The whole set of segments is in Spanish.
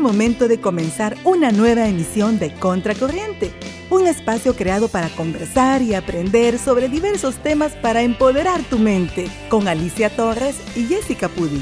momento de comenzar una nueva emisión de Contracorriente, un espacio creado para conversar y aprender sobre diversos temas para empoderar tu mente, con Alicia Torres y Jessica Pudi.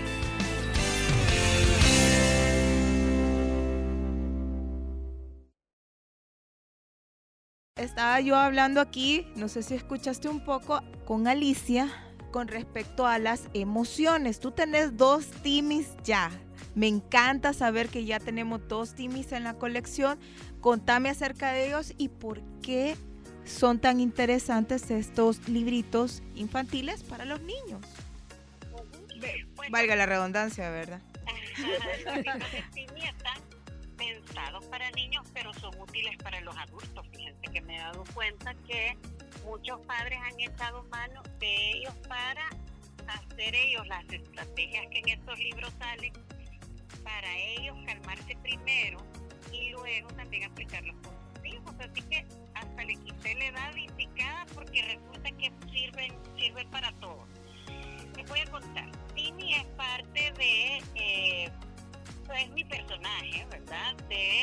Estaba yo hablando aquí, no sé si escuchaste un poco, con Alicia con respecto a las emociones. Tú tenés 2 timis ya. Me encanta saber que ya tenemos 2 timis en la colección. Contame acerca de ellos y por qué son tan interesantes estos libritos infantiles para los niños. Valga la redundancia, ¿verdad? Los libros de Timi están pensados para niños, pero son útiles para los adultos. Fíjense que me he dado cuenta que muchos padres han echado mano de ellos para hacer ellos las estrategias que en estos libros salen, para ellos calmarse primero y luego también aplicarlos con sus hijos. Así que hasta le quité la edad indicada porque resulta que sirven para todo. Les voy a contar. Timi es parte de es mi personaje, ¿verdad?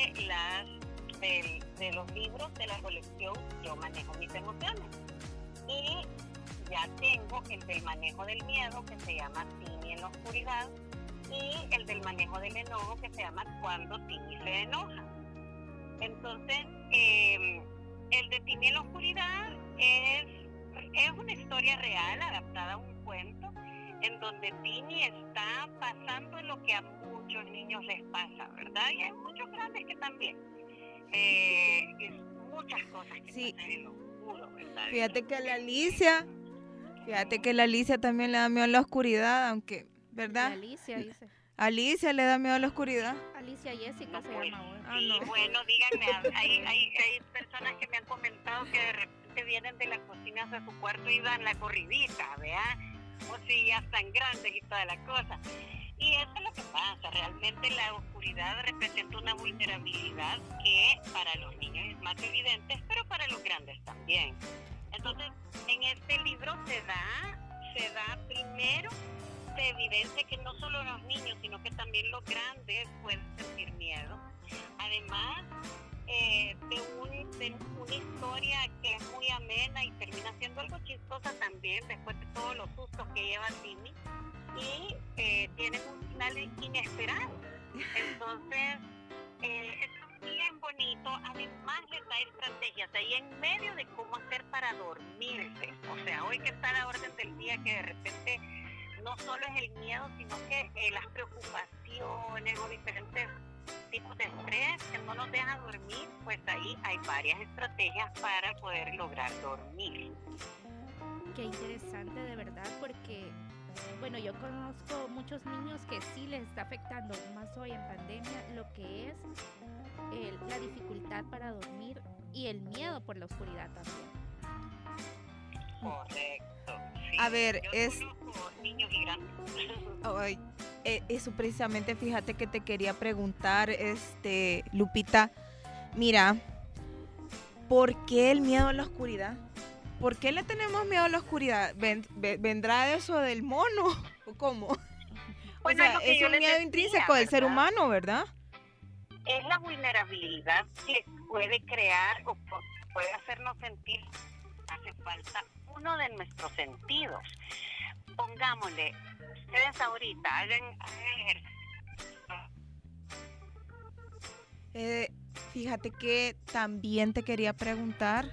De los libros de la colección Yo manejo mis emociones. Y ya tengo el del manejo del miedo, que se llama Timi en la oscuridad, y el del manejo del enojo, que se llama Cuando Timi se enoja. Entonces, el de Timi en la oscuridad es una historia real adaptada a un cuento, en donde Timi está pasando lo que a muchos niños les pasa, ¿verdad? Y hay muchos grandes que también. Muchas cosas que sí. pasan en lo oscuro, ¿verdad? Fíjate que la Alicia también le da miedo a la oscuridad, aunque, ¿verdad? La Alicia dice. Alicia le da miedo a la oscuridad. Alicia Jessica se llama ahora. Sí, no. Bueno, díganme, hay personas que me han comentado que de repente vienen de la cocina hacia su cuarto y dan la corridita, ¿verdad? O si ya están grandes y toda la cosa. Y eso es lo que pasa. Realmente la oscuridad representa una vulnerabilidad que para los niños es más evidente, pero para los grandes también. Entonces, en este libro se da primero, se evidencia que no solo los niños, sino que también los grandes pueden sentir miedo. Además, de una historia que es muy amena y termina siendo algo chistosa también, después de todos los sustos que lleva Timi, y tienen un final inesperado. Entonces, es bien bonito. Además, les da estrategias ahí en medio de cómo hacer para dormirse. O sea, hoy que está la orden del día, que de repente no solo es el miedo, sino que las preocupaciones o diferentes tipos de estrés que no nos dejan dormir, pues ahí hay varias estrategias para poder lograr dormir. Qué interesante, de verdad, porque bueno, yo conozco muchos niños que sí les está afectando más hoy en pandemia lo que es la dificultad para dormir y el miedo por la oscuridad también. Correcto. Sí. A ver, Yo conozco niños y grandes. Eso precisamente, fíjate que te quería preguntar, Lupita, mira, ¿por qué el miedo a la oscuridad? ¿Por qué le tenemos miedo a la oscuridad? ¿Vendrá eso del mono? ¿O cómo? Bueno, o sea, es un miedo intrínseco del ser humano, ¿verdad? Es la vulnerabilidad que puede crear o puede hacernos sentir. Hace falta uno de nuestros sentidos. Pongámosle, ustedes ahorita hagan ejercicio. Fíjate que también te quería preguntar,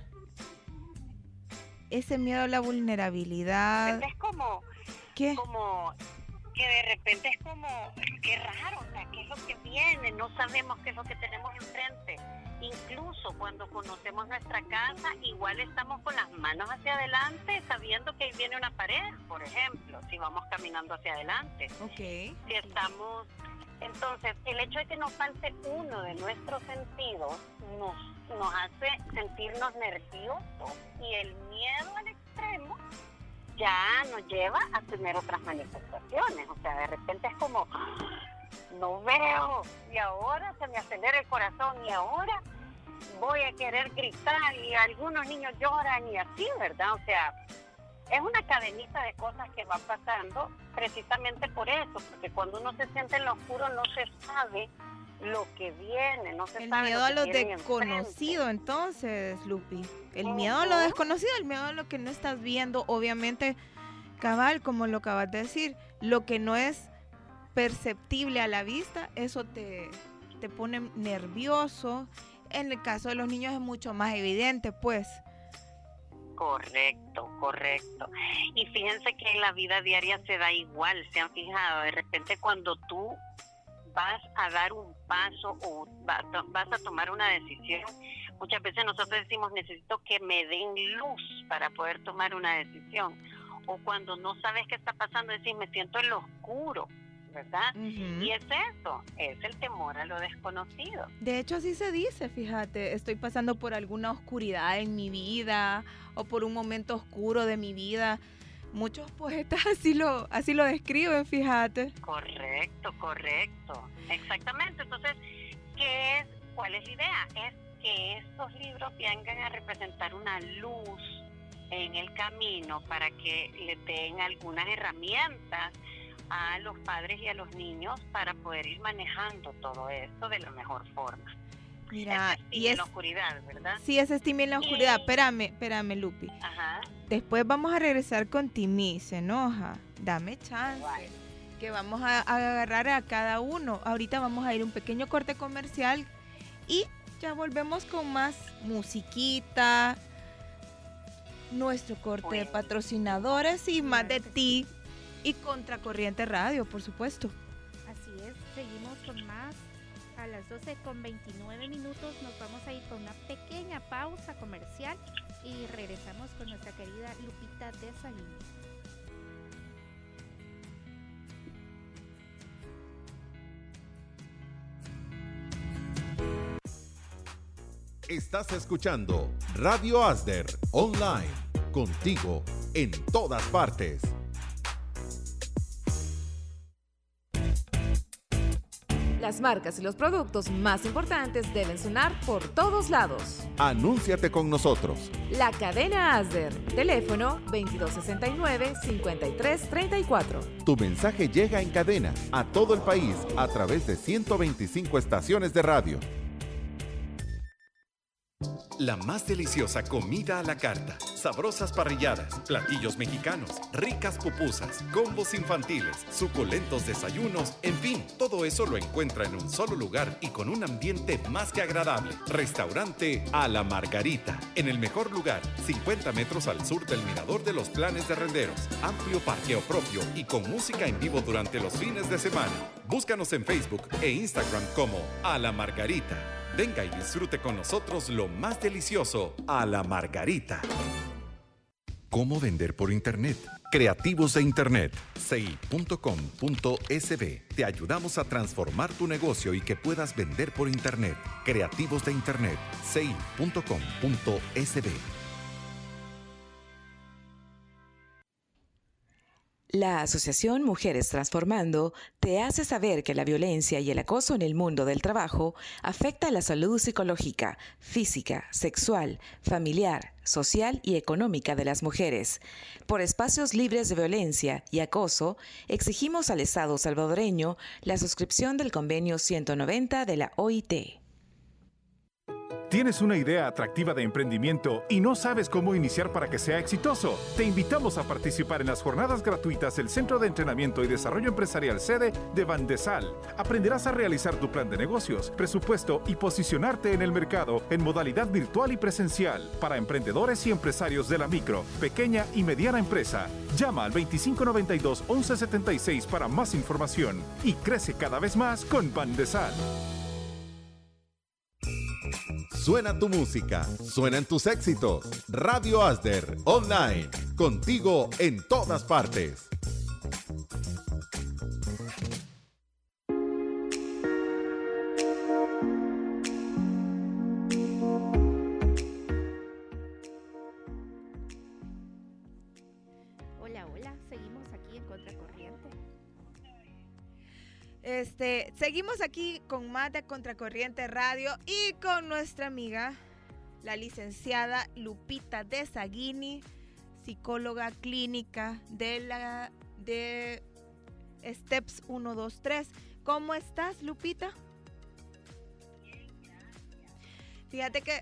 ese miedo a la vulnerabilidad. Es como, ¿qué? Como que de repente es como, qué raro, o sea, qué es lo que viene, no sabemos qué es lo que tenemos enfrente. Incluso cuando conocemos nuestra casa, igual estamos con las manos hacia adelante, sabiendo que ahí viene una pared, por ejemplo, si vamos caminando hacia adelante. Okay. Si estamos... Entonces, el hecho de que nos falte uno de nuestros sentidos nos hace sentirnos nerviosos, y el miedo al extremo ya nos lleva a tener otras manifestaciones. O sea, de repente es como, no veo, y ahora se me acelera el corazón, y ahora voy a querer gritar, y algunos niños lloran, y así, ¿verdad? O sea, es una cadenita de cosas que va pasando precisamente por eso, porque cuando uno se siente en lo oscuro no se sabe lo que viene, no se El sabe miedo lo a que lo tienen desconocido, entonces, Lupi. El miedo a lo desconocido, el miedo a lo que no estás viendo, obviamente, cabal, como lo acabas de decir, lo que no es perceptible a la vista, eso te pone nervioso. En el caso de los niños es mucho más evidente, pues. Correcto. Y fíjense que en la vida diaria se da igual, se han fijado, de repente cuando tú vas a dar un paso o vas a tomar una decisión, muchas veces nosotros decimos, necesito que me den luz para poder tomar una decisión. O cuando no sabes qué está pasando, decís, me siento en lo oscuro, ¿verdad? Uh-huh. Y es eso, es el temor a lo desconocido. De hecho, así se dice, fíjate, estoy pasando por alguna oscuridad en mi vida o por un momento oscuro de mi vida. Muchos poetas así lo describen, fíjate. Correcto. Exactamente. Entonces, ¿cuál es la idea? Es que estos libros vengan a representar una luz en el camino para que le den algunas herramientas a los padres y a los niños para poder ir manejando todo esto de la mejor forma. Mira, y es en la oscuridad, ¿verdad? Sí, es Timmy en la oscuridad. Espérame, Lupi. Ajá. Después vamos a regresar con Timmy, se enoja. Dame chance. Vale. Que vamos a agarrar a cada uno. Ahorita vamos a ir un pequeño corte comercial y ya volvemos con más musiquita, nuestro corte de patrocinadores y más de ti y Contracorriente Radio, por supuesto. Así es, seguimos con más. A las 12:29 nos vamos a ir con una pequeña pausa comercial y regresamos con nuestra querida Lupita Desaguini. Estás escuchando Radio Asder Online, contigo en todas partes. Las marcas y los productos más importantes deben sonar por todos lados. Anúnciate con nosotros. La cadena Asder. Teléfono 2269-5334. Tu mensaje llega en cadena a todo el país a través de 125 estaciones de radio. La más deliciosa comida a la carta, sabrosas parrilladas, platillos mexicanos, ricas pupusas, combos infantiles, suculentos desayunos, en fin, todo eso lo encuentra en un solo lugar y con un ambiente más que agradable. Restaurante A la Margarita, en el mejor lugar, 50 metros al sur del Mirador de los Planes de Renderos, amplio parqueo propio y con música en vivo durante los fines de semana. Búscanos en Facebook e Instagram como A la Margarita. Venga y disfrute con nosotros lo más delicioso a la Margarita. ¿Cómo vender por Internet? Creativos de Internet, ci.com.sb. Te ayudamos a transformar tu negocio y que puedas vender por Internet. Creativos de Internet, ci.com.sb. La Asociación Mujeres Transformando te hace saber que la violencia y el acoso en el mundo del trabajo afecta la salud psicológica, física, sexual, familiar, social y económica de las mujeres. Por espacios libres de violencia y acoso, exigimos al Estado salvadoreño la suscripción del Convenio 190 de la OIT. ¿Tienes una idea atractiva de emprendimiento y no sabes cómo iniciar para que sea exitoso? Te invitamos a participar en las jornadas gratuitas del Centro de Entrenamiento y Desarrollo Empresarial sede de Bandesal. Aprenderás a realizar tu plan de negocios, presupuesto y posicionarte en el mercado en modalidad virtual y presencial para emprendedores y empresarios de la micro, pequeña y mediana empresa. Llama al 2592-1176 para más información y crece cada vez más con Bandesal. Suena tu música, suenan tus éxitos. Radio Asder Online, contigo en todas partes. Hola, seguimos aquí en Contracorriente. Seguimos aquí con más de Contracorriente Radio y con nuestra amiga, la licenciada Lupita Desaguini, psicóloga clínica de Steps 1, 2, 3. ¿Cómo estás, Lupita? Fíjate que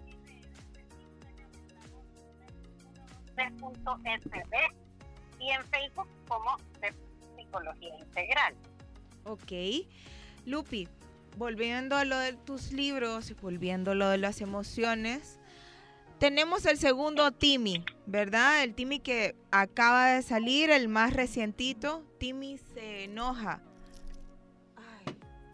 .sb y en Facebook como de Psicología Integral. Ok. Lupi, volviendo a lo de tus libros, volviendo a lo de las emociones, tenemos el segundo Timmy, ¿verdad? El Timmy que acaba de salir, el más recientito. Timmy se enoja. Ay,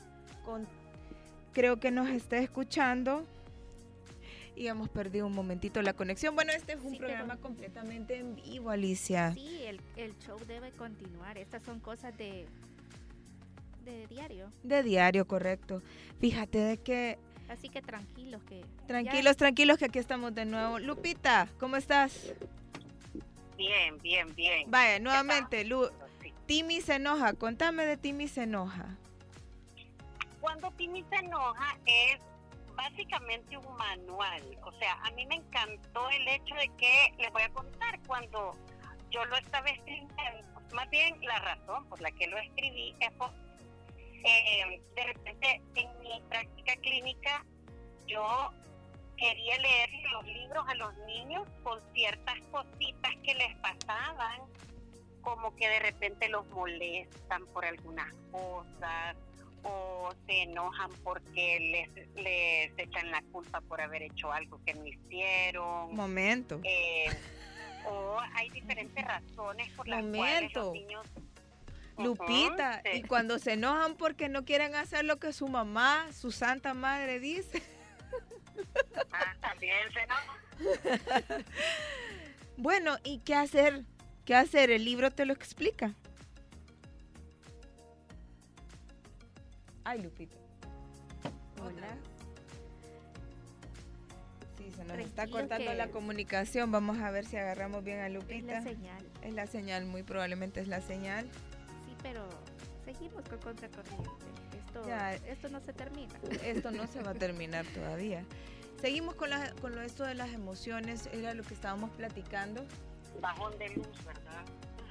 creo que nos está escuchando. Y hemos perdido un momentito la conexión. Bueno, este es un programa completamente en vivo, Alicia. Sí, el show debe continuar. Estas son cosas de diario. De diario, correcto. Fíjate de que... Así que tranquilos que... Tranquilos que aquí estamos de nuevo. Lupita, ¿cómo estás? Bien. Vaya, nuevamente, Timmy se enoja. Contame de Timmy se enoja. Cuando Timmy se enoja es básicamente un manual. O sea, a mí me encantó el hecho de que, les voy a contar, cuando yo lo estaba escribiendo, más bien la razón por la que lo escribí es porque de repente en mi práctica clínica yo quería leer los libros a los niños con ciertas cositas que les pasaban, como que de repente los molestan por algunas cosas o se enojan porque les echan la culpa por haber hecho algo que no hicieron. Momento. O hay diferentes razones por las cuales los niños... Lupita, sí. Y cuando se enojan porque no quieren hacer lo que su mamá, su santa madre dice. También se enojan. Bueno, ¿y qué hacer? ¿Qué hacer? El libro te lo explica. Ay, Lupita. Hola. Sí, se nos está cortando la comunicación. Vamos a ver si agarramos bien a Lupita. Es la señal. Es la señal, muy probablemente es la señal. Sí, pero seguimos con Contracorriente. Esto no se termina. Esto no se va a terminar todavía. Seguimos con esto de las emociones, era lo que estábamos platicando. Bajón de luz, ¿verdad?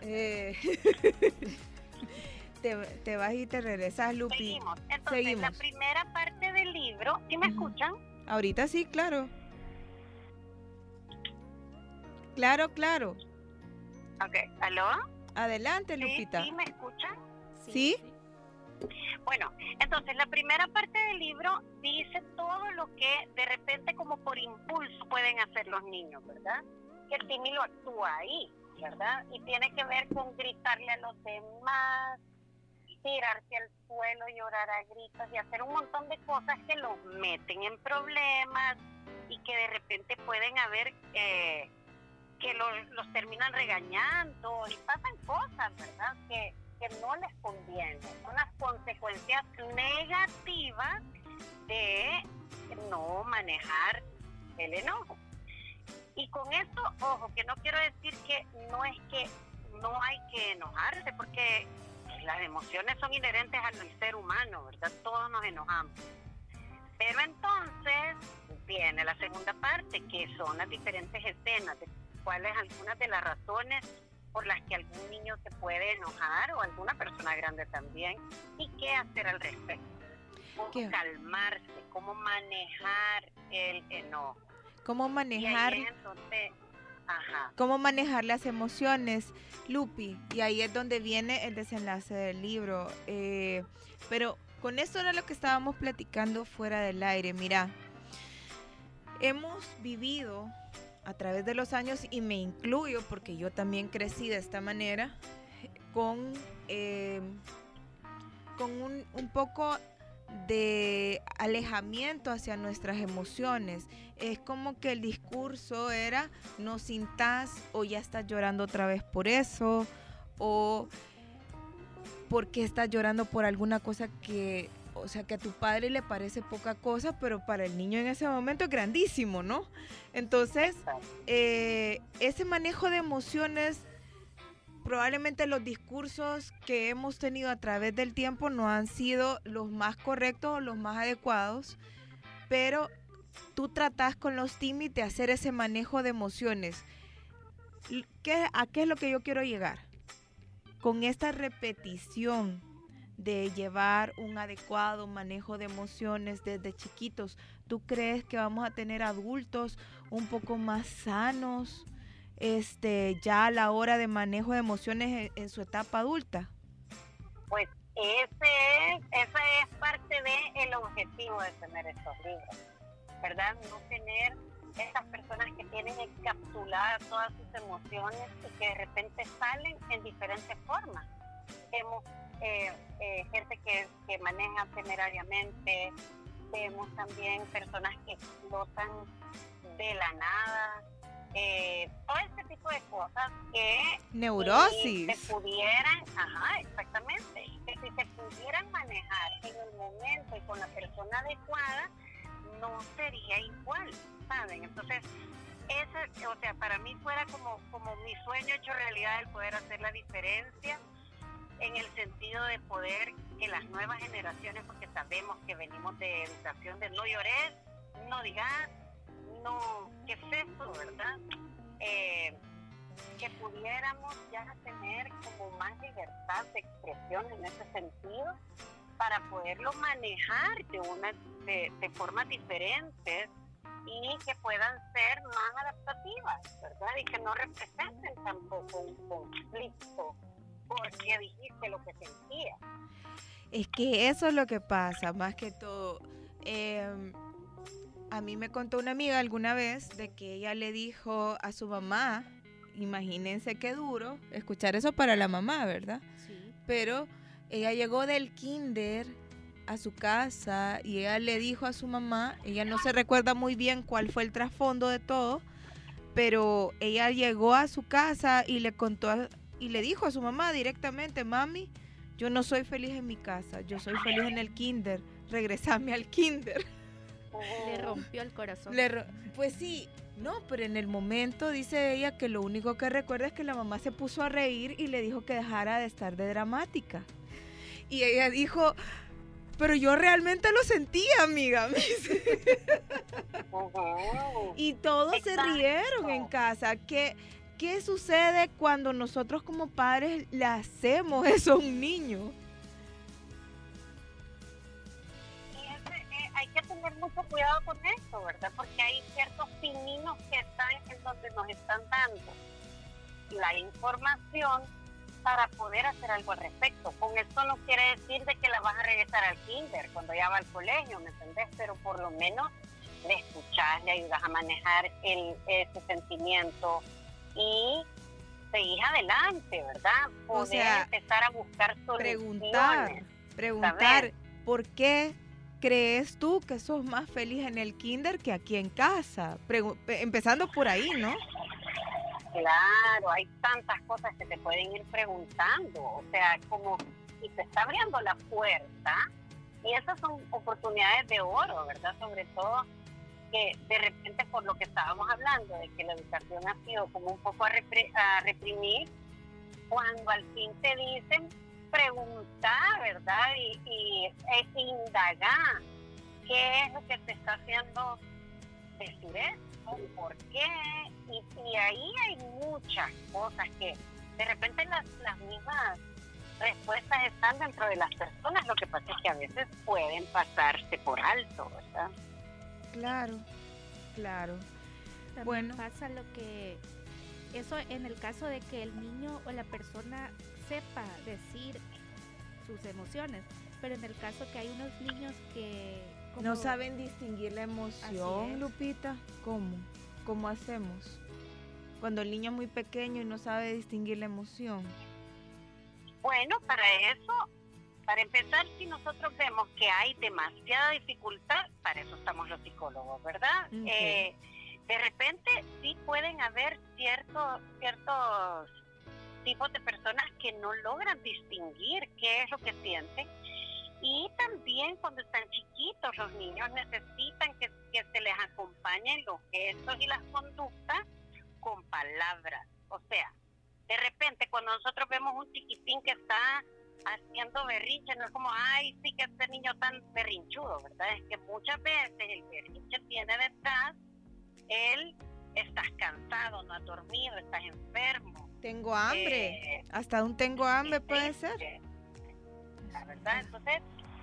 Te vas y te regresas, Lupi. Seguimos. Entonces, la primera parte del libro, ¿sí me escuchan? Ahorita sí, claro. Claro. Ok, ¿aló? Adelante, Lupita. ¿Sí me escuchan? ¿Sí? Bueno, entonces la primera parte del libro dice todo lo que de repente como por impulso pueden hacer los niños, ¿verdad? Que el Timmy lo actúa ahí, ¿verdad? Y tiene que ver con gritarle a los demás, tirarse al suelo, llorar a gritos y hacer un montón de cosas que los meten en problemas y que de repente pueden haber que los terminan regañando y pasan cosas, ¿verdad? Que no les conviene. Son las consecuencias negativas de no manejar el enojo. Y con esto, ojo, que no quiero decir que no es que no hay que enojarse, porque las emociones son inherentes al ser humano, ¿verdad? Todos nos enojamos. Pero entonces viene la segunda parte, que son las diferentes escenas, de cuáles algunas de las razones por las que algún niño se puede enojar o alguna persona grande también, y qué hacer al respecto. Cómo calmarse, cómo manejar el enojo. Cómo manejar... Cómo manejar las emociones, Lupi, y ahí es donde viene el desenlace del libro. Pero con esto era lo que estábamos platicando fuera del aire. Mira, hemos vivido a través de los años, y me incluyo porque yo también crecí de esta manera, con un poco de alejamiento hacia nuestras emociones. Es como que el discurso era: no sintas, o ya estás llorando otra vez por eso, o porque estás llorando por alguna cosa que, o sea, que a tu padre le parece poca cosa, pero para el niño en ese momento es grandísimo, ¿no? Entonces, ese manejo de emociones, probablemente los discursos que hemos tenido a través del tiempo no han sido los más correctos o los más adecuados, pero tú tratás con los Timmy de hacer ese manejo de emociones. ¿A qué es lo que yo quiero llegar? Con esta repetición de llevar un adecuado manejo de emociones desde chiquitos. ¿Tú crees que vamos a tener adultos un poco más sanos ya a la hora de manejo de emociones en su etapa adulta? Pues ese es parte del objetivo de tener estos libros, ¿verdad? No tener estas personas que tienen encapsuladas todas sus emociones y que de repente salen en diferentes formas. Vemos gente que maneja temerariamente, vemos también personas que explotan de la nada, todo este tipo de cosas que neurosis se pudieran, exactamente, que si se pudieran manejar en el momento y con la persona adecuada, no sería igual, ¿saben? Entonces, para mí fuera como mi sueño hecho realidad, el poder hacer la diferencia en el sentido de poder que las nuevas generaciones, porque sabemos que venimos de educación de no llores, no digas, no, ¿qué es eso, verdad? Que pudiéramos ya tener como más libertad de expresión en ese sentido para poderlo manejar de formas diferentes y que puedan ser más adaptativas, ¿verdad? Y que no representen tampoco un conflicto porque dijiste lo que sentía. Es que eso es lo que pasa, más que todo. A mí me contó una amiga alguna vez de que ella le dijo a su mamá, imagínense qué duro escuchar eso para la mamá, ¿verdad? Sí. Pero ella llegó del kinder a su casa y ella le dijo a su mamá, ella no se recuerda muy bien cuál fue el trasfondo de todo, pero ella llegó a su casa y le contó y le dijo a su mamá directamente: mami, yo no soy feliz en mi casa, yo soy feliz en el kinder, regresame al kinder. Le rompió el corazón. Pues sí, no, pero en el momento dice ella que lo único que recuerda es que la mamá se puso a reír y le dijo que dejara de estar de dramática. Y ella dijo: pero yo realmente lo sentía, amiga. Y todos se rieron en casa. ¿Qué sucede cuando nosotros como padres le hacemos eso a un niño? Hay que tener mucho cuidado con esto, ¿verdad? Porque hay ciertos pininos que están en donde nos están dando la información para poder hacer algo al respecto. Con esto no quiere decir de que la vas a regresar al kinder cuando ya va al colegio, ¿me entendés? Pero por lo menos le escuchás, le ayudas a manejar ese sentimiento y seguís adelante, ¿verdad? Poder empezar a buscar soluciones. Preguntar, ¿por qué crees tú que sos más feliz en el kinder que aquí en casa? Empezando por ahí, ¿no? Claro, hay tantas cosas que te pueden ir preguntando, o sea, como si te está abriendo la puerta, y esas son oportunidades de oro, ¿verdad? Sobre todo que de repente, por lo que estábamos hablando, de que la educación ha sido como un poco a reprimir, cuando al fin te dicen preguntar, ¿verdad? Y indagar qué es lo que te está haciendo decir esto, por qué, y ahí hay muchas cosas que de repente las mismas respuestas están dentro de las personas, lo que pasa es que a veces pueden pasarse por alto, ¿verdad? Claro. También bueno, pasa lo que, eso en el caso de que el niño o la persona sepa decir sus emociones, pero en el caso que hay unos niños que no saben distinguir la emoción, Lupita, ¿cómo hacemos? Cuando el niño es muy pequeño y no sabe distinguir la emoción. Bueno, para empezar, si nosotros vemos que hay demasiada dificultad, para eso estamos los psicólogos, ¿verdad? Okay. De repente sí pueden haber ciertos tipos de personas que no logran distinguir qué es lo que sienten, y también cuando están chiquitos los niños necesitan que se les acompañen los gestos y las conductas con palabras. O sea, de repente cuando nosotros vemos un chiquitín que está haciendo berrinche, no es como, ay, sí, que este niño tan berrinchudo, ¿verdad? Es que muchas veces el berrinche tiene detrás, estás cansado, no has dormido, estás enfermo. Tengo hambre, hasta un tengo hambre puede ser. conducta, ¿verdad? Entonces,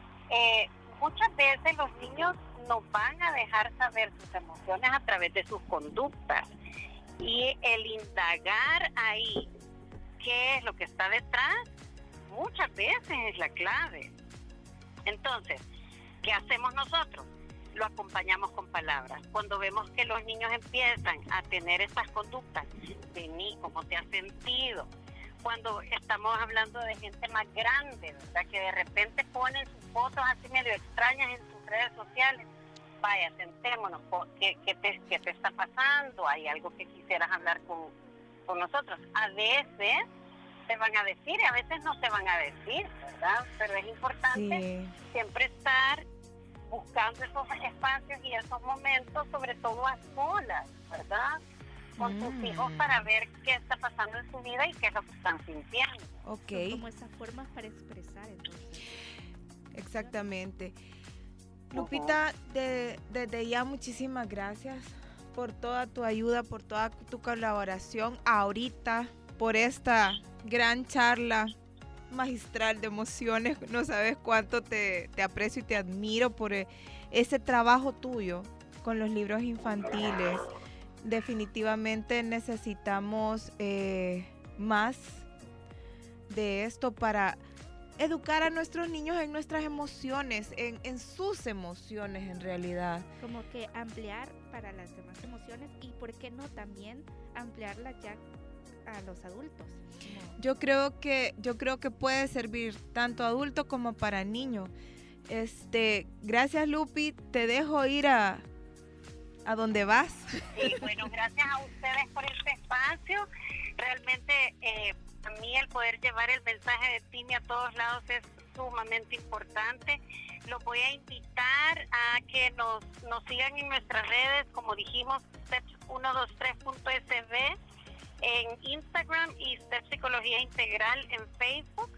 muchas veces los niños nos van a dejar saber sus emociones a través de sus conductas. Y el indagar ahí qué es lo que está detrás, muchas veces es la clave. Entonces, ¿qué hacemos nosotros? Lo acompañamos con palabras. Cuando vemos que los niños empiezan a tener estas conductas, vení, ¿cómo te has sentido? Cuando estamos hablando de gente más grande, ¿verdad? Que de repente ponen sus fotos así medio extrañas en sus redes sociales. Vaya, sentémonos, ¿qué te está pasando? ¿Hay algo que quisieras hablar con nosotros? A veces te van a decir y a veces no te van a decir, ¿verdad? Pero es importante siempre estar buscando esos espacios y esos momentos, sobre todo a solas, ¿verdad? Con tus hijos para ver qué está pasando en su vida y qué es lo que están sintiendo. Ok. Son como esas formas para expresar, entonces. Exactamente. Lupita, desde ya muchísimas gracias por toda tu ayuda, por toda tu colaboración ahorita, por esta gran charla magistral de emociones. No sabes cuánto te aprecio y te admiro por ese trabajo tuyo con los libros infantiles. Definitivamente necesitamos más de esto para educar a nuestros niños en nuestras emociones, en sus emociones en realidad. Como que ampliar para las demás emociones y por qué no también ampliarlas ya a los adultos. Yo creo que puede servir tanto adulto como para niño. Gracias, Lupi, te dejo ir a donde vas. Sí, bueno, gracias a ustedes por este espacio. Realmente a mí el poder llevar el mensaje de Timmy a todos lados es sumamente importante. Los voy a invitar a que nos sigan en nuestras redes, como dijimos, steps123.sb en Instagram y Steps Psicología Integral en Facebook.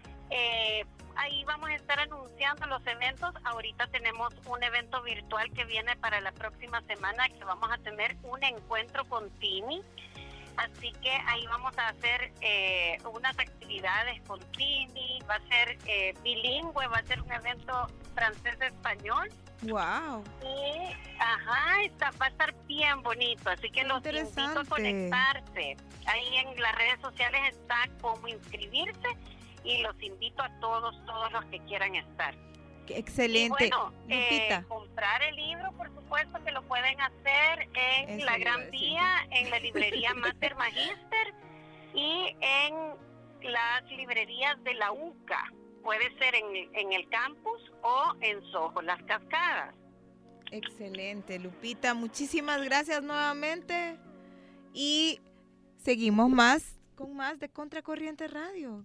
Ahí vamos a estar anunciando los eventos. Ahorita tenemos un evento virtual que viene para la próxima semana, que vamos a tener un encuentro con Timmy. Así que ahí vamos a hacer unas actividades con Timmy. Va a ser bilingüe, va a ser un evento francés-español. ¡Wow! Y, va a estar bien bonito. Así que los invito a conectarse. Ahí en las redes sociales está cómo inscribirse y los invito a todos los que quieran estar. Excelente. Y bueno, Lupita. comprar el libro, por supuesto que lo pueden hacer en La Gran Vía, en la librería Mater Magister y en las librerías de la UCA. Puede ser en el campus o en Soho, Las Cascadas. Excelente, Lupita. Muchísimas gracias nuevamente. Y seguimos con más de Contracorriente Radio.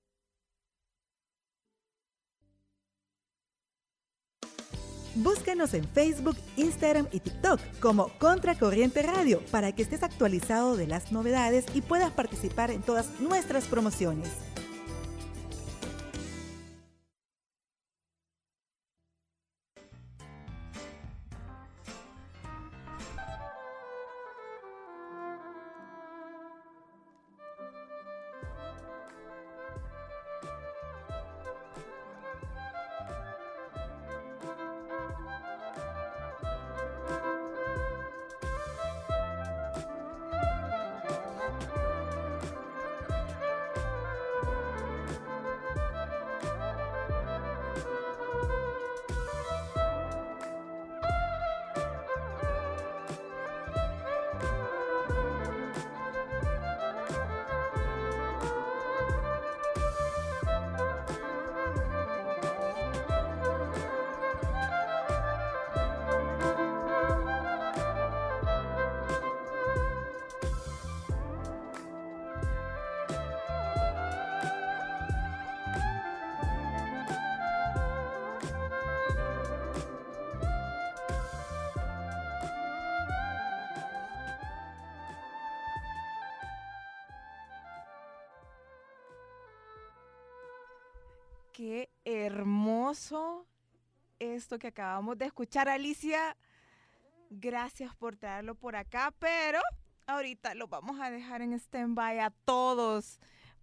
Búscanos en Facebook, Instagram y TikTok como Contracorriente Radio para que estés actualizado de las novedades y puedas participar en todas nuestras promociones. Qué hermoso esto que acabamos de escuchar, Alicia. Gracias por traerlo por acá, pero ahorita lo vamos a dejar en stand-by a todos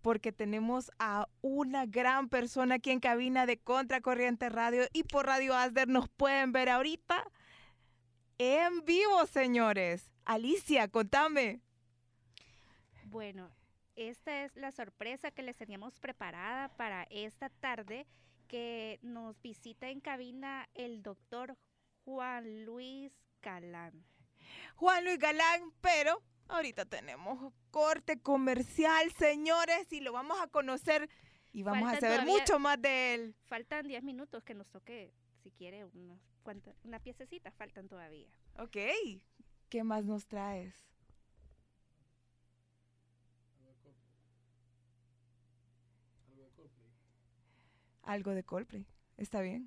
porque tenemos a una gran persona aquí en cabina de Contracorriente Radio y por Radio Asder nos pueden ver ahorita en vivo, señores. Alicia, contame. Bueno, esta es la sorpresa que les teníamos preparada para esta tarde, que nos visita en cabina el doctor Juan Luis Galán. Juan Luis Galán, pero ahorita tenemos corte comercial, señores, y lo vamos a conocer y vamos a saber mucho más de él. Faltan 10 minutos que nos toque, si quiere, una piececita, faltan todavía. Ok, ¿qué más nos traes? Algo de Coldplay, está bien.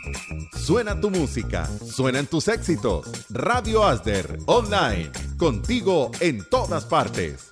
Suena tu música, suenan tus éxitos. Radio Asder Online, contigo en todas partes.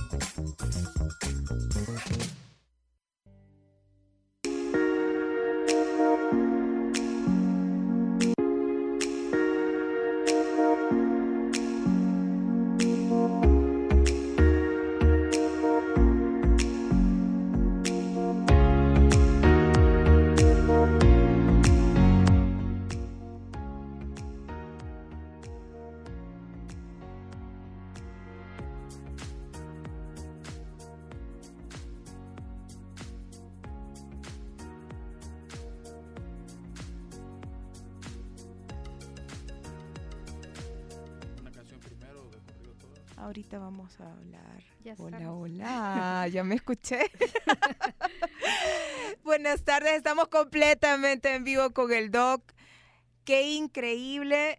Ahorita vamos a hablar. Ya Hola, estamos. hola, ya me escuché. Buenas tardes, estamos completamente en vivo con el Doc. Qué increíble.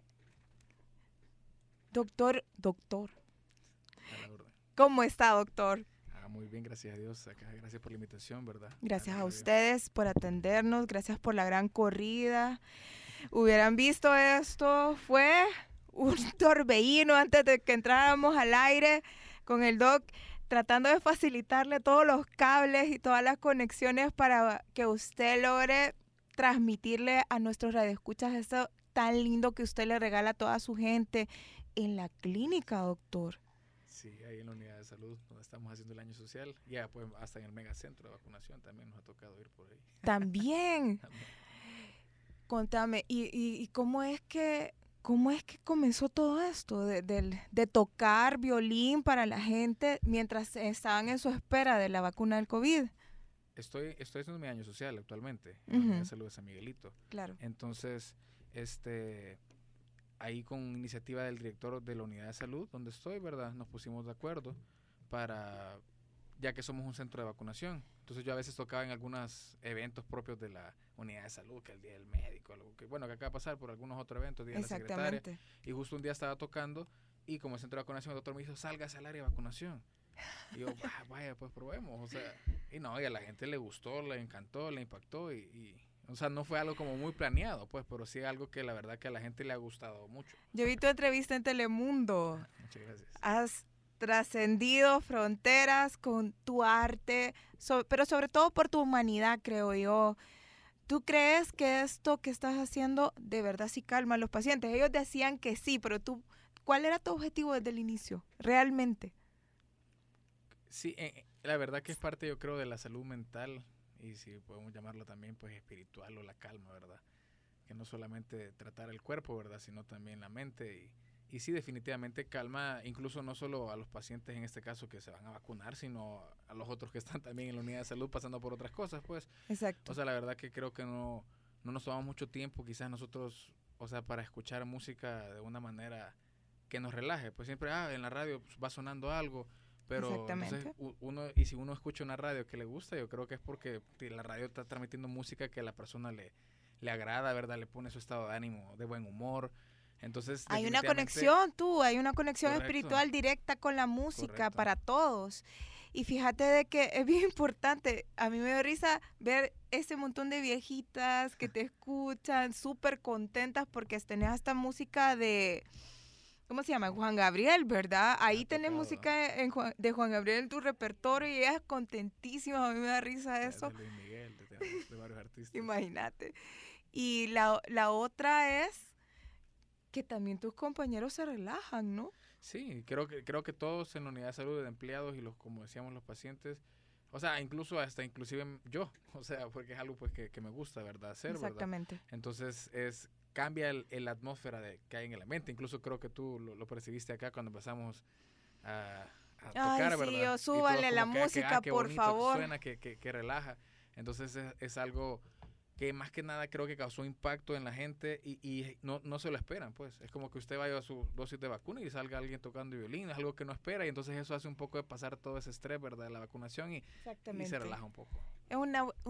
Doctor. A la orden. ¿Cómo está, doctor? Muy bien, gracias a Dios. Acá, gracias por la invitación, ¿verdad? Gracias a Radio. ustedes por atendernos, gracias por la gran corrida. Hubieran visto esto, fue un torbellino antes de que entráramos al aire con el Doc, tratando de facilitarle todos los cables y todas las conexiones para que usted logre transmitirle a nuestros radioescuchas esto tan lindo que usted le regala a toda su gente en la clínica, doctor. Sí, ahí en la unidad de salud, donde estamos haciendo el año social. Ya, pues, hasta en el megacentro de vacunación también nos ha tocado ir por ahí. También. Contame, ¿y cómo es que comenzó todo esto de tocar violín para la gente mientras estaban en su espera de la vacuna del COVID? Estoy haciendo mi año social actualmente en la unidad de salud de San Miguelito. Claro. Entonces, ahí con iniciativa del director de la unidad de salud, donde estoy, ¿verdad? Nos pusimos de acuerdo para, ya que somos un centro de vacunación. Entonces yo a veces tocaba en algunos eventos propios de la unidad de salud, que el Día del Médico, algo que acaba de pasar por algunos otros eventos, Día de la Secretaria. Y justo un día estaba tocando y como centro de vacunación, el doctor me dijo, sálgase al área de vacunación. Y yo, vaya, pues probemos. O sea, y no, y a la gente le gustó, le encantó, le impactó o sea, no fue algo como muy planeado, pues, pero sí algo que la verdad que a la gente le ha gustado mucho. Yo vi tu entrevista en Telemundo. Muchas gracias. Has trascendido fronteras con tu arte, pero sobre todo por tu humanidad, creo yo. ¿Tú crees que esto que estás haciendo de verdad sí calma a los pacientes? Ellos decían que sí, pero tú, ¿cuál era tu objetivo desde el inicio, realmente? Sí, la verdad que es parte, yo creo, de la salud mental y si podemos llamarlo también, pues, espiritual o la calma, ¿verdad? Que no solamente tratar el cuerpo, ¿verdad? Sino también la mente y sí, definitivamente calma, incluso no solo a los pacientes en este caso que se van a vacunar, sino a los otros que están también en la unidad de salud pasando por otras cosas, pues. Exacto. O sea, la verdad que creo que no nos tomamos mucho tiempo, quizás nosotros, o sea, para escuchar música de una manera que nos relaje. Pues siempre, en la radio pues, va sonando algo, pero entonces si uno escucha una radio que le gusta, yo creo que es porque la radio está transmitiendo música que a la persona le agrada, ¿verdad? Le pone su estado de ánimo, de buen humor. Entonces, hay una conexión, hay una conexión correcto, espiritual directa con la música correcto, para todos. Y fíjate de que es bien importante, a mí me dio risa ver ese montón de viejitas que te escuchan súper contentas porque tenés hasta música de, ¿cómo se llama? Juan Gabriel, ¿verdad? Ahí tenés música de Juan Gabriel en tu repertorio y ellas contentísimas, a mí me da risa eso. De Luis Miguel, de varios artistas. Imagínate. Y la otra es que también tus compañeros se relajan, ¿no? Sí, creo que todos en la unidad de salud de empleados y como decíamos los pacientes, o sea, inclusive yo, o sea, porque es algo pues que me gusta, ¿verdad? Hacer, exactamente. ¿verdad? Entonces cambia la atmósfera que hay en el ambiente, incluso creo que tú lo percibiste acá cuando empezamos a tocar, sí, ¿verdad? Yo súbale la música, por favor. Que suena, que relaja, entonces es algo que más que nada creo que causó impacto en la gente y no se lo esperan, pues. Es como que usted vaya a su dosis de vacuna y salga alguien tocando violín, es algo que no espera y entonces eso hace un poco de pasar todo ese estrés, ¿verdad? De la vacunación y se relaja un poco. Es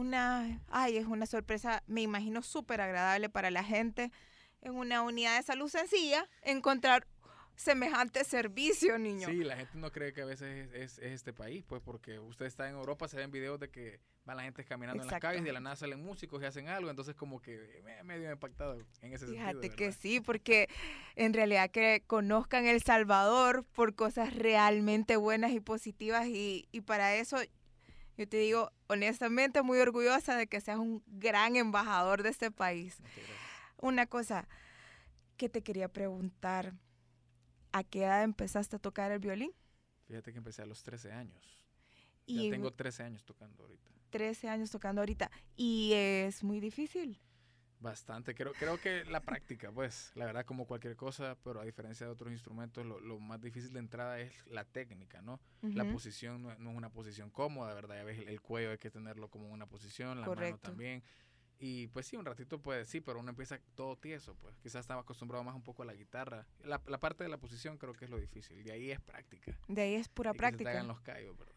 es una sorpresa, me imagino, súper agradable para la gente en una unidad de salud sencilla, encontrar semejante servicio, niño. Sí, la gente no cree que a veces es este país, pues porque usted está en Europa, se ven videos de que van la gente caminando en las calles y de la nada salen músicos y hacen algo, entonces como que medio impactado en ese sentido. Fíjate que sí, porque en realidad que conozcan El Salvador por cosas realmente buenas y positivas y para eso yo te digo honestamente muy orgullosa de que seas un gran embajador de este país. Muchas gracias. Una cosa que te quería preguntar, ¿a qué edad empezaste a tocar el violín? Fíjate que empecé a los 13 años. Y Ya tengo 13 años tocando ahorita. 13 años tocando ahorita. Y es muy difícil. Bastante, creo que la práctica, pues, la verdad como cualquier cosa, pero a diferencia de otros instrumentos, lo más difícil de entrada es la técnica, ¿no? La posición no es una posición cómoda, ¿verdad? Ya ves, el cuello hay que tenerlo como una posición, la mano también. Y pues sí, un ratito pues sí, pero uno empieza todo tieso, pues. Quizás estaba acostumbrado más un poco a la guitarra. La parte de la posición creo que es lo difícil, de ahí es práctica. De ahí es pura práctica. Que se te hagan los callos, ¿verdad?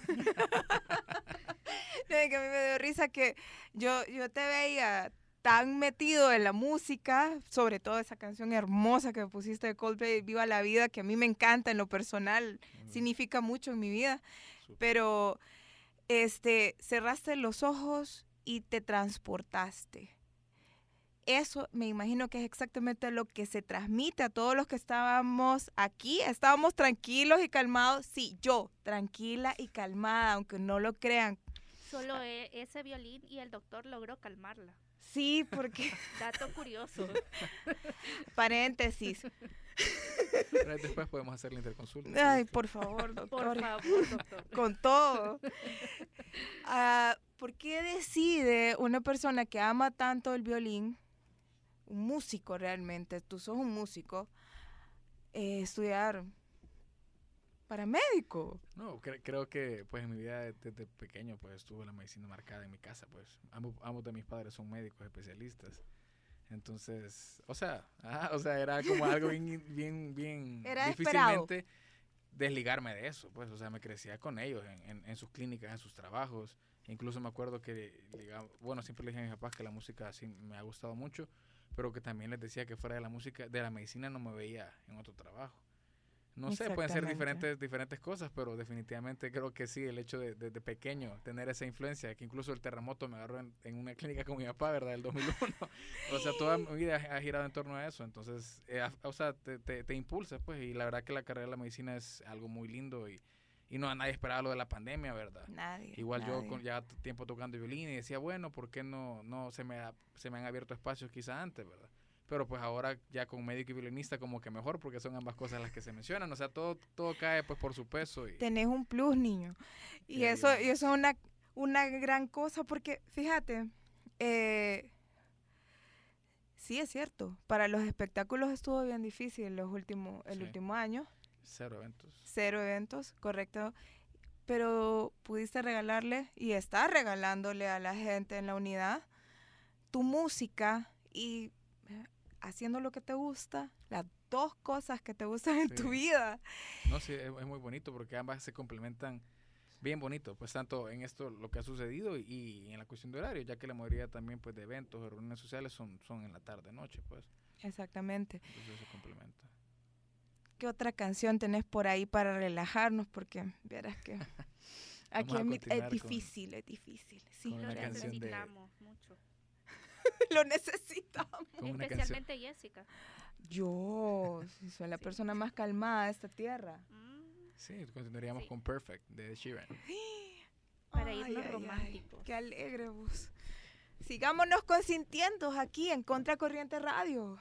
Que a mí me dio risa que yo te veía tan metido en la música, sobre todo esa canción hermosa que pusiste de Coldplay, Viva la Vida, que a mí me encanta en lo personal, significa mucho en mi vida. Super. Pero cerraste los ojos y te transportaste. Eso me imagino que es exactamente lo que se transmite a todos los que estábamos aquí. Estábamos tranquilos y calmados. Sí, yo, tranquila y calmada, aunque no lo crean. Solo ese violín y el doctor logró calmarla. Sí, porque... Dato curioso. Paréntesis. Pero después podemos hacer la interconsulta. Ay, por favor, doctor. Por favor, doctor. Con todo. ¿Por qué decide una persona que ama tanto el violín, un músico realmente, tú sos un músico, estudiar paramédico? No, creo que pues en mi vida desde pequeño pues tuve la medicina marcada en mi casa, pues ambos de mis padres son médicos especialistas. Entonces, o sea, era como algo bien era difícilmente esperado. Desligarme de eso, pues, o sea, me crecía con ellos en sus clínicas, en sus trabajos. Incluso me acuerdo que, siempre le dije a mis papás que la música sí me ha gustado mucho, pero que también les decía que fuera de la música, de la medicina no me veía en otro trabajo. No sé, pueden ser diferentes cosas, pero definitivamente creo que sí, el hecho de pequeño tener esa influencia, que incluso el terremoto me agarró en una clínica con mi papá, ¿verdad? Del 2001. O sea, toda mi vida ha girado en torno a eso. Entonces, te impulsa, pues, y la verdad que la carrera de la medicina es algo muy lindo y no nadie esperaba lo de la pandemia, ¿verdad? Nadie. Igual yo con ya tiempo tocando violín y decía, bueno, ¿por qué no se me han abierto espacios quizá antes, ¿verdad? Pero pues ahora ya con médico y violinista como que mejor porque son ambas cosas las que se mencionan. O sea, todo cae pues por su peso. Tenés un plus, niño. Y eso es una gran cosa porque, fíjate, sí es cierto, para los espectáculos estuvo bien difícil el último año. 0 eventos, correcto. Pero pudiste regalarle y estás regalándole a la gente en la unidad tu música y... haciendo lo que te gusta, las dos cosas que te gustan en tu vida. No, sí, es muy bonito porque ambas se complementan bien bonito, pues tanto en esto lo que ha sucedido y en la cuestión de horario, ya que la mayoría también pues de eventos o reuniones sociales son en la tarde, noche, pues. Exactamente. Entonces se complementa. ¿Qué otra canción tenés por ahí para relajarnos? Porque verás que aquí es difícil. Sí, lo necesitamos mucho. Lo necesitamos. Especialmente Jessica. Yo soy la persona más calmada de esta tierra. Sí, continuaríamos con Perfect de Ed Sheeran. Para irnos románticos. Qué alegre vos. Sigámonos consintiendo aquí en Contracorriente Radio.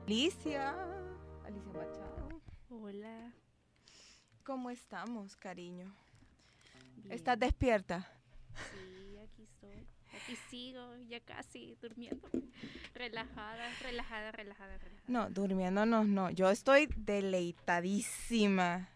Alicia Machado. Hola. ¿Cómo estamos, cariño? Bien. ¿Estás despierta? Sí, aquí estoy. Aquí sigo, ya casi durmiendo. Relajada. No, durmiéndonos no. Yo estoy deleitadísima.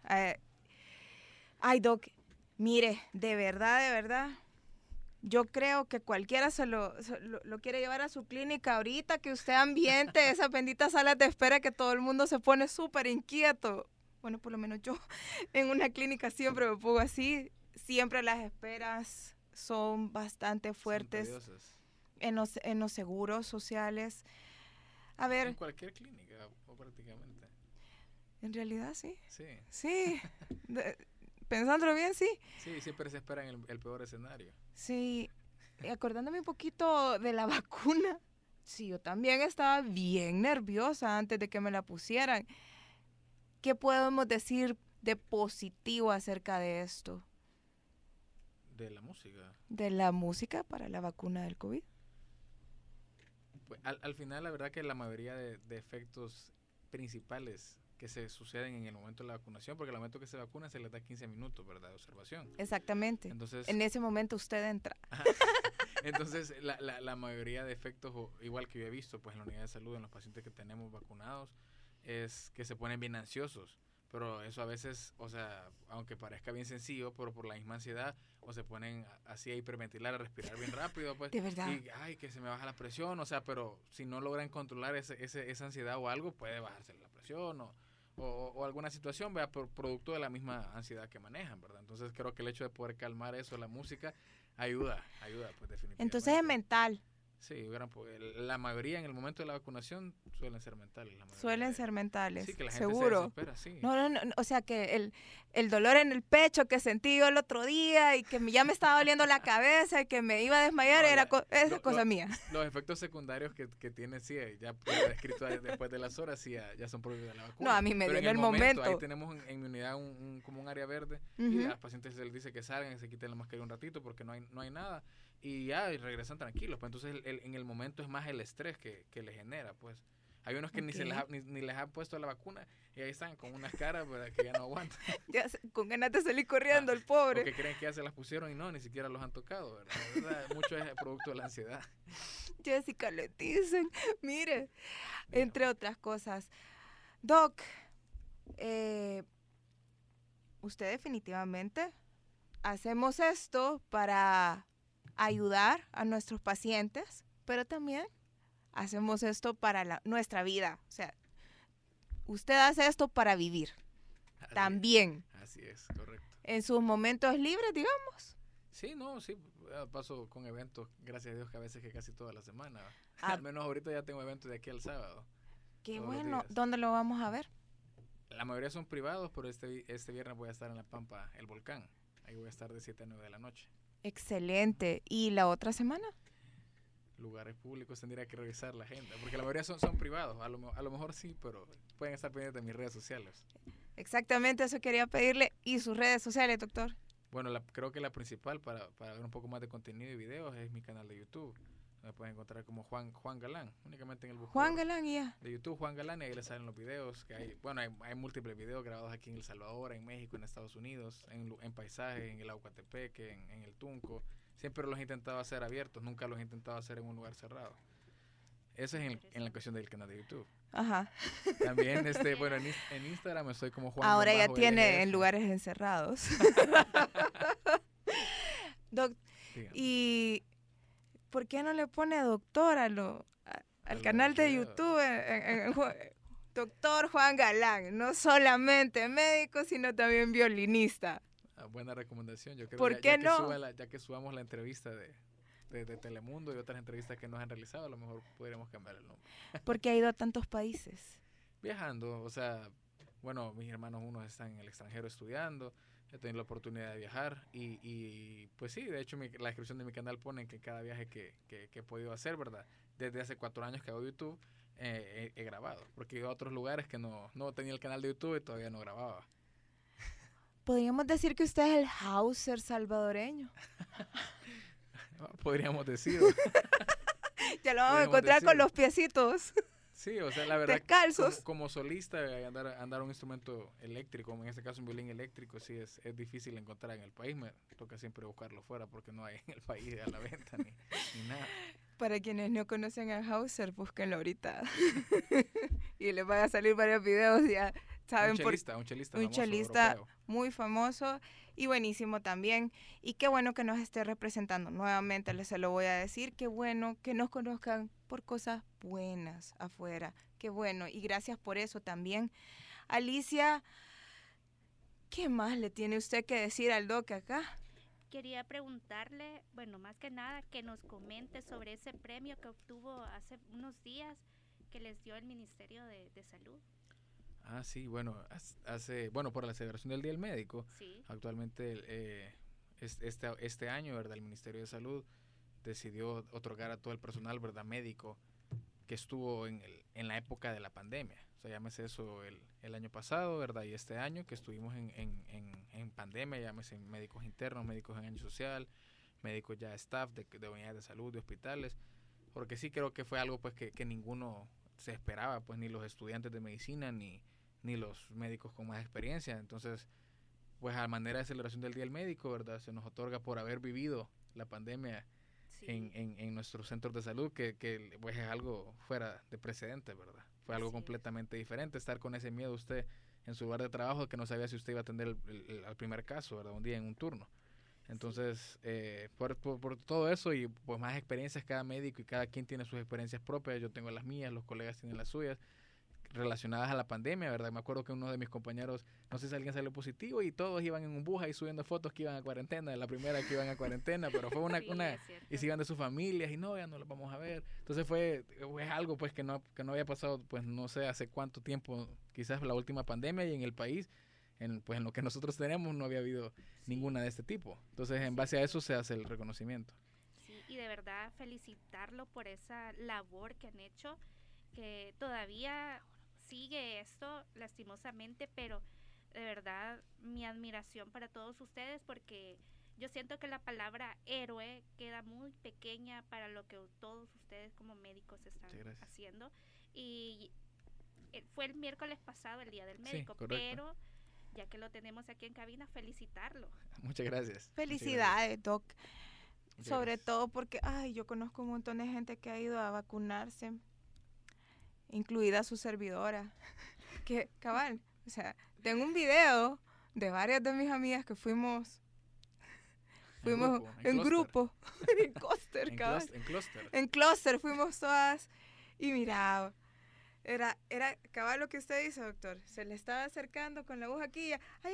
Ay, Doc, mire, de verdad, yo creo que cualquiera se lo quiere llevar a su clínica ahorita, que usted ambiente esas benditas salas de espera que todo el mundo se pone súper inquieto. Bueno, por lo menos yo en una clínica siempre me pongo así. Siempre las esperas son bastante fuertes en los seguros sociales. A ver. En cualquier clínica, o prácticamente. En realidad sí. Sí. Sí. Pensándolo bien, sí. Sí, siempre se espera en el peor escenario. Sí. Acordándome un poquito de la vacuna. Sí, yo también estaba bien nerviosa antes de que me la pusieran. ¿Qué podemos decir de positivo acerca de esto? De la música. De la música para la vacuna del COVID. Pues, al final, la verdad que la mayoría de efectos principales que se suceden en el momento de la vacunación, porque al momento que se vacuna se les da 15 minutos, ¿verdad?, de observación. Exactamente. Entonces, en ese momento usted entra. Entonces, la mayoría de efectos, igual que yo he visto pues en la unidad de salud, en los pacientes que tenemos vacunados, es que se ponen bien ansiosos. Pero eso a veces, o sea, aunque parezca bien sencillo, pero por la misma ansiedad, o se ponen así a hiperventilar, a respirar bien rápido, pues. De verdad. Y, ay, que se me baja la presión, o sea, pero si no logran controlar esa ansiedad o algo, puede bajarse la presión o alguna situación, vea, por producto de la misma ansiedad que manejan, ¿verdad? Entonces creo que el hecho de poder calmar eso, la música, ayuda, pues definitivamente. Entonces es mental. Sí, la mayoría en el momento de la vacunación suelen ser mentales. Suelen ser mentales, sí, que la gente seguro. se desespera, sí. No, o sea que el dolor en el pecho que sentí yo el otro día y que ya me estaba doliendo la cabeza y que me iba a desmayar, era cosa mía. Los efectos secundarios que tiene, sí, ya descrito después de las horas, sí, ya son propios de la vacuna. No, a mí me dio en el momento. Ahí tenemos en mi unidad como un área verde y a los pacientes se les dice que salgan y se quiten la mascarilla un ratito porque no hay nada. Y ya, y regresan tranquilos. Pues entonces en el momento es más el estrés que les genera, pues. Hay unos que ni les han puesto la vacuna y ahí están con unas caras, ¿verdad?, que ya no aguantan. Ya, con ganas de salir corriendo el pobre. Porque creen que ya se las pusieron y no, ni siquiera los han tocado, ¿verdad? Mucho es producto de la ansiedad. Jessica, le dicen, mire, entre otras cosas. Doc, usted definitivamente hacemos esto para ayudar a nuestros pacientes, pero también hacemos esto para nuestra vida. O sea, usted hace esto para vivir. También. Así es, correcto. En sus momentos libres, digamos. Sí, paso con eventos, gracias a Dios, que a veces que casi toda la semana. Al menos ahorita ya tengo eventos de aquí al sábado. Qué bueno. ¿Dónde lo vamos a ver? La mayoría son privados, pero este viernes voy a estar en La Pampa, el Volcán. Ahí voy a estar de 7 a 9 de la noche. Excelente. ¿Y la otra semana? Lugares públicos tendría que revisar la agenda, porque la mayoría son privados. A lo mejor sí, pero pueden estar pendientes de mis redes sociales. Exactamente, eso quería pedirle. ¿Y sus redes sociales, doctor? Bueno, creo que la principal para ver un poco más de contenido y videos es mi canal de YouTube. Me pueden encontrar como Juan Galán, únicamente en el buscador. Juan Galán y ya. De YouTube, Juan Galán, y ahí les salen los videos que hay. Bueno, hay múltiples videos grabados aquí en El Salvador, en México, en Estados Unidos, en paisajes, en el Aguatepeque, en el Tunco. Siempre los he intentado hacer abiertos, nunca los he intentado hacer en un lugar cerrado. Eso es en la cuestión del canal de YouTube. Ajá. También, bueno, en Instagram estoy como Juan. Ahora ya tiene en lugares encerrados. Doc, y ¿por qué no le pone doctor al canal de YouTube? Doctor Juan Galán, no solamente médico, sino también violinista. Buena recomendación. Yo creo ¿Por qué no? Ya que subamos la entrevista de Telemundo y otras entrevistas que nos han realizado, a lo mejor podríamos cambiar el nombre. ¿Por qué ha ido a tantos países? Viajando, o sea, bueno, mis hermanos unos están en el extranjero estudiando, he tenido la oportunidad de viajar y pues sí, de hecho la descripción de mi canal pone que cada viaje que he podido hacer, ¿verdad? Desde hace 4 años que hago YouTube, he grabado, porque he ido a otros lugares que no tenía el canal de YouTube y todavía no grababa. Podríamos decir que usted es el Hauser salvadoreño. Podríamos decir. Ya lo vamos a encontrar con los piecitos. Sí, o sea, la verdad, descalzos. como solista, andar un instrumento eléctrico, como en este caso un violín eléctrico, sí es difícil encontrar en el país. Me toca siempre buscarlo fuera porque no hay en el país a la venta ni nada. Para quienes no conocen a Hauser, búsquenlo ahorita. Y les van a salir varios videos, ya saben. Un chelista muy famoso y buenísimo también. Y qué bueno que nos esté representando. Nuevamente se lo voy a decir, qué bueno que nos conozcan por cosas buenas afuera. Qué bueno, y gracias por eso también. Alicia, ¿qué más le tiene usted que decir al Doc acá? Quería preguntarle, bueno, más que nada, que nos comente sobre ese premio que obtuvo hace unos días que les dio el Ministerio de Salud. Ah, sí, bueno, por la celebración del Día del Médico, sí. Actualmente este año, ¿verdad? El Ministerio de Salud decidió otorgar a todo el personal, ¿verdad? Médico que estuvo en la época de la pandemia. O sea, llámese eso el año pasado, ¿verdad? Y este año que estuvimos en pandemia, llámese médicos internos, médicos en año social, médicos ya staff de unidades de salud, de hospitales, porque sí creo que fue algo pues que ninguno se esperaba, pues ni los estudiantes de medicina ni los médicos con más experiencia. Entonces, pues a manera de celebración del Día del Médico, ¿verdad? Se nos otorga por haber vivido la pandemia en nuestros centros de salud, que pues es algo fuera de precedente, ¿verdad? Fue algo completamente diferente, estar con ese miedo usted en su lugar de trabajo, que no sabía si usted iba a atender al primer caso, ¿verdad? Un día en un turno. Entonces, por todo eso y pues más experiencias cada médico y cada quien tiene sus experiencias propias, yo tengo las mías, los colegas tienen las suyas, relacionadas a la pandemia, ¿verdad? Me acuerdo que uno de mis compañeros, no sé si alguien salió positivo y todos iban en un bus ahí subiendo fotos que iban a cuarentena, la primera que iban a cuarentena, pero fue una y se iban de sus familias y no, ya no los vamos a ver. Entonces fue algo pues que no había pasado, pues no sé hace cuánto tiempo, quizás la última pandemia, y en el país, en lo que nosotros tenemos no había habido ninguna de este tipo. Entonces en base a eso se hace el reconocimiento. Sí, y de verdad felicitarlo por esa labor que han hecho, que todavía sigue esto lastimosamente, pero de verdad mi admiración para todos ustedes, porque yo siento que la palabra héroe queda muy pequeña para lo que todos ustedes como médicos están haciendo. Y fue el miércoles pasado el Día del Médico, sí, pero ya que lo tenemos aquí en cabina, felicitarlo. Muchas gracias. Felicidades, Doc. Sobre gracias. todo porque yo conozco un montón de gente que ha ido a vacunarse, incluida su servidora, que cabal, o sea, tengo un video de varias de mis amigas que fuimos en grupo, en clúster, cabal. En clúster fuimos todas y mira, era cabal lo que usted dice, doctor, se le estaba acercando con la aguja aquí, ¡ay!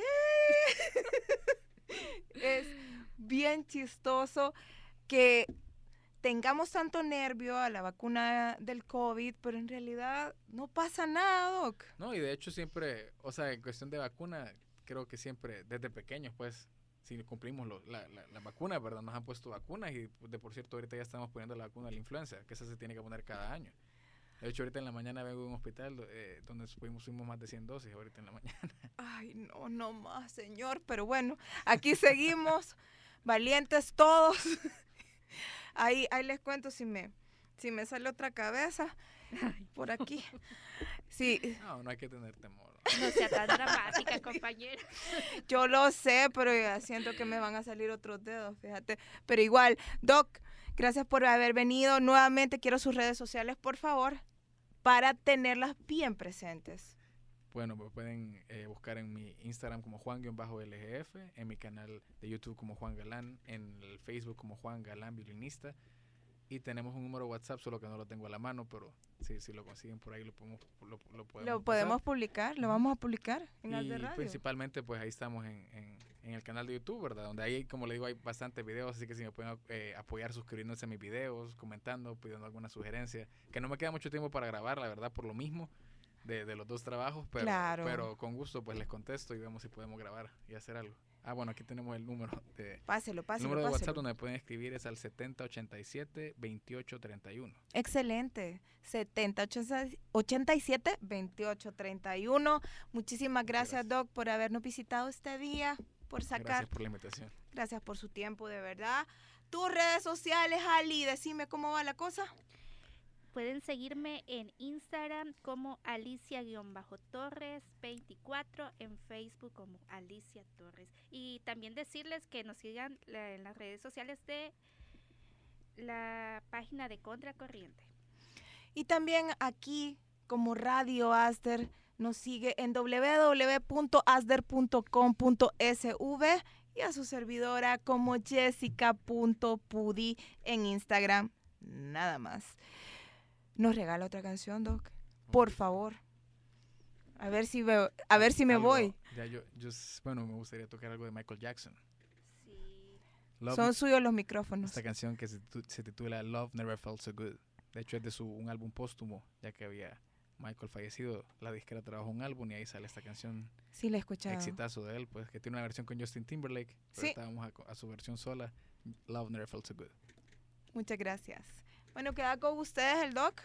Es bien chistoso que tengamos tanto nervio a la vacuna del COVID, pero en realidad no pasa nada, Doc. No, y de hecho siempre, o sea, en cuestión de vacuna, creo que siempre, desde pequeños, pues, si cumplimos la vacuna, ¿verdad? Nos han puesto vacunas y, por cierto, ahorita ya estamos poniendo la vacuna de la influenza, que esa se tiene que poner cada año. De hecho, ahorita en la mañana vengo de un hospital donde fuimos más de 100 dosis ahorita en la mañana. Ay, no más, señor, pero bueno, aquí seguimos, valientes todos. Ahí les cuento si me sale otra cabeza por aquí. Sí. No hay que tener temor. No sea tan dramática, compañera. Yo lo sé, pero ya siento que me van a salir otros dedos, fíjate. Pero igual, Doc, gracias por haber venido. Nuevamente quiero sus redes sociales, por favor, para tenerlas bien presentes. Bueno, me pueden buscar en mi Instagram como Juan-LGF, en mi canal de YouTube como Juan Galán, en el Facebook como Juan Galán Violinista, y tenemos un número de WhatsApp, solo que no lo tengo a la mano, pero si lo consiguen por ahí lo podemos publicar, lo vamos a publicar en Alder Radio. Principalmente pues ahí estamos en el canal de YouTube, ¿verdad? Donde ahí, como le digo, hay bastantes videos, así que si me pueden apoyar suscribiéndose a mis videos, comentando, pidiendo alguna sugerencia, que no me queda mucho tiempo para grabar, la verdad, por lo mismo de los dos trabajos, pero con gusto pues les contesto y vemos si podemos grabar y hacer algo. Bueno, aquí tenemos el número de número de WhatsApp donde me pueden escribir, es al 7087-2831. Excelente, 7087-2831. Muchísimas gracias, Doc, por habernos visitado este día, por sacar. Gracias por la invitación. Gracias por su tiempo, de verdad. Tus redes sociales, Ali, decime cómo va la cosa. pueden seguirme en Instagram como Alicia-Torres24, en Facebook como Alicia Torres. Y también decirles que nos sigan en las redes sociales de la página de Contracorriente. Y también aquí como Radio Asder nos sigue en www.asder.com.sv y a su servidora como jessica.pudi en Instagram. Nada más. ¿Nos regala otra canción, Doc? Por favor. A ver si me voy. Ya bueno, me gustaría tocar algo de Michael Jackson. Sí. Son suyos los micrófonos. Esta canción que se titula Love Never Felt So Good. De hecho, es de un álbum póstumo, ya que había Michael fallecido. La disquera trabajó un álbum y ahí sale esta canción. Sí, la he escuchado. Exitazo de él, pues, que tiene una versión con Justin Timberlake. Pero sí. Estábamos a su versión sola. Love Never Felt So Good. Muchas gracias. Bueno, queda con ustedes el Doc.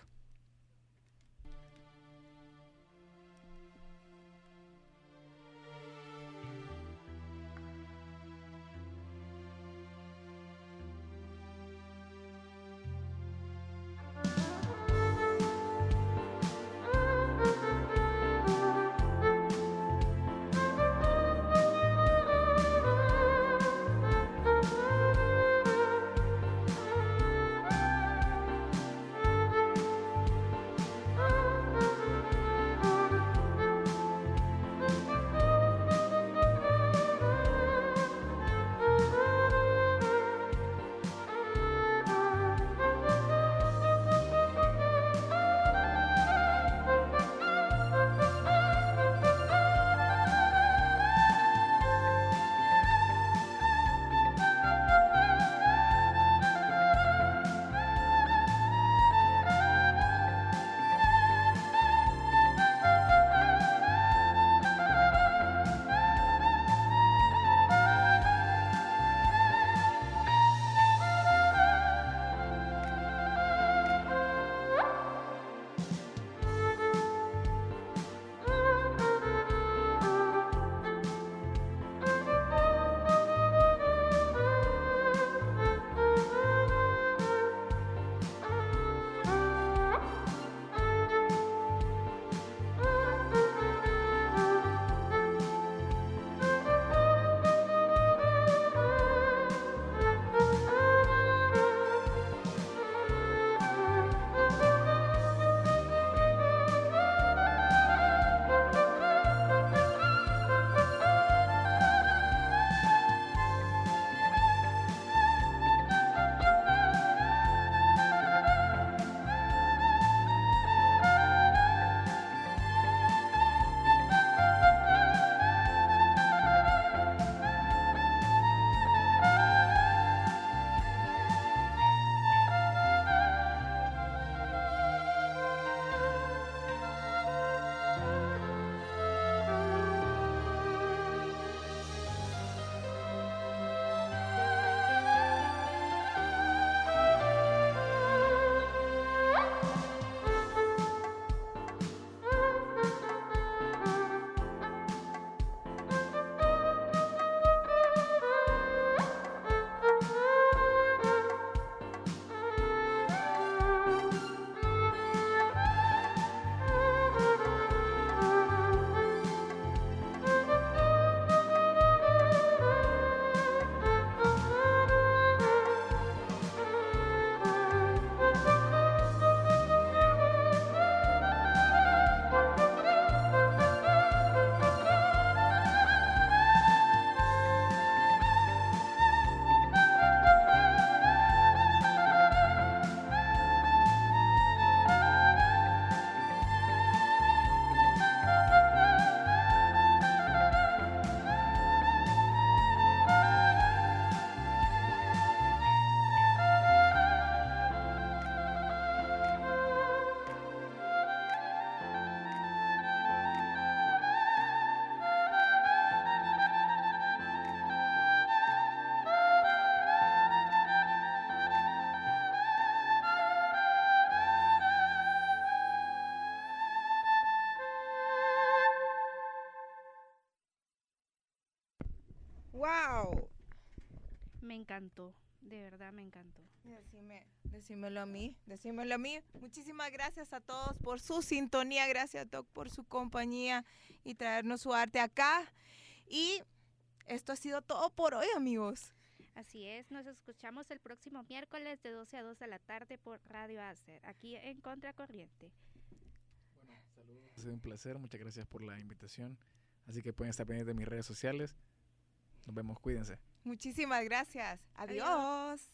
¡Wow! Me encantó, de verdad me encantó. Mira, Decímelo a mí. Muchísimas gracias a todos por su sintonía, gracias Doc por su compañía y traernos su arte acá. Y esto ha sido todo por hoy, amigos. Así es, nos escuchamos el próximo miércoles de 12 a 2 de la tarde por Radio Asder, aquí en Contracorriente. Bueno, saludos. Ha sido un placer, muchas gracias por la invitación. Así que pueden estar pendientes de mis redes sociales. Nos vemos, cuídense. Muchísimas gracias. Adiós.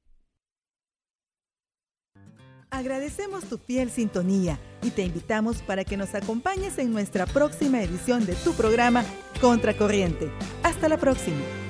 Agradecemos tu fiel sintonía y te invitamos para que nos acompañes en nuestra próxima edición de tu programa Contracorriente. Hasta la próxima.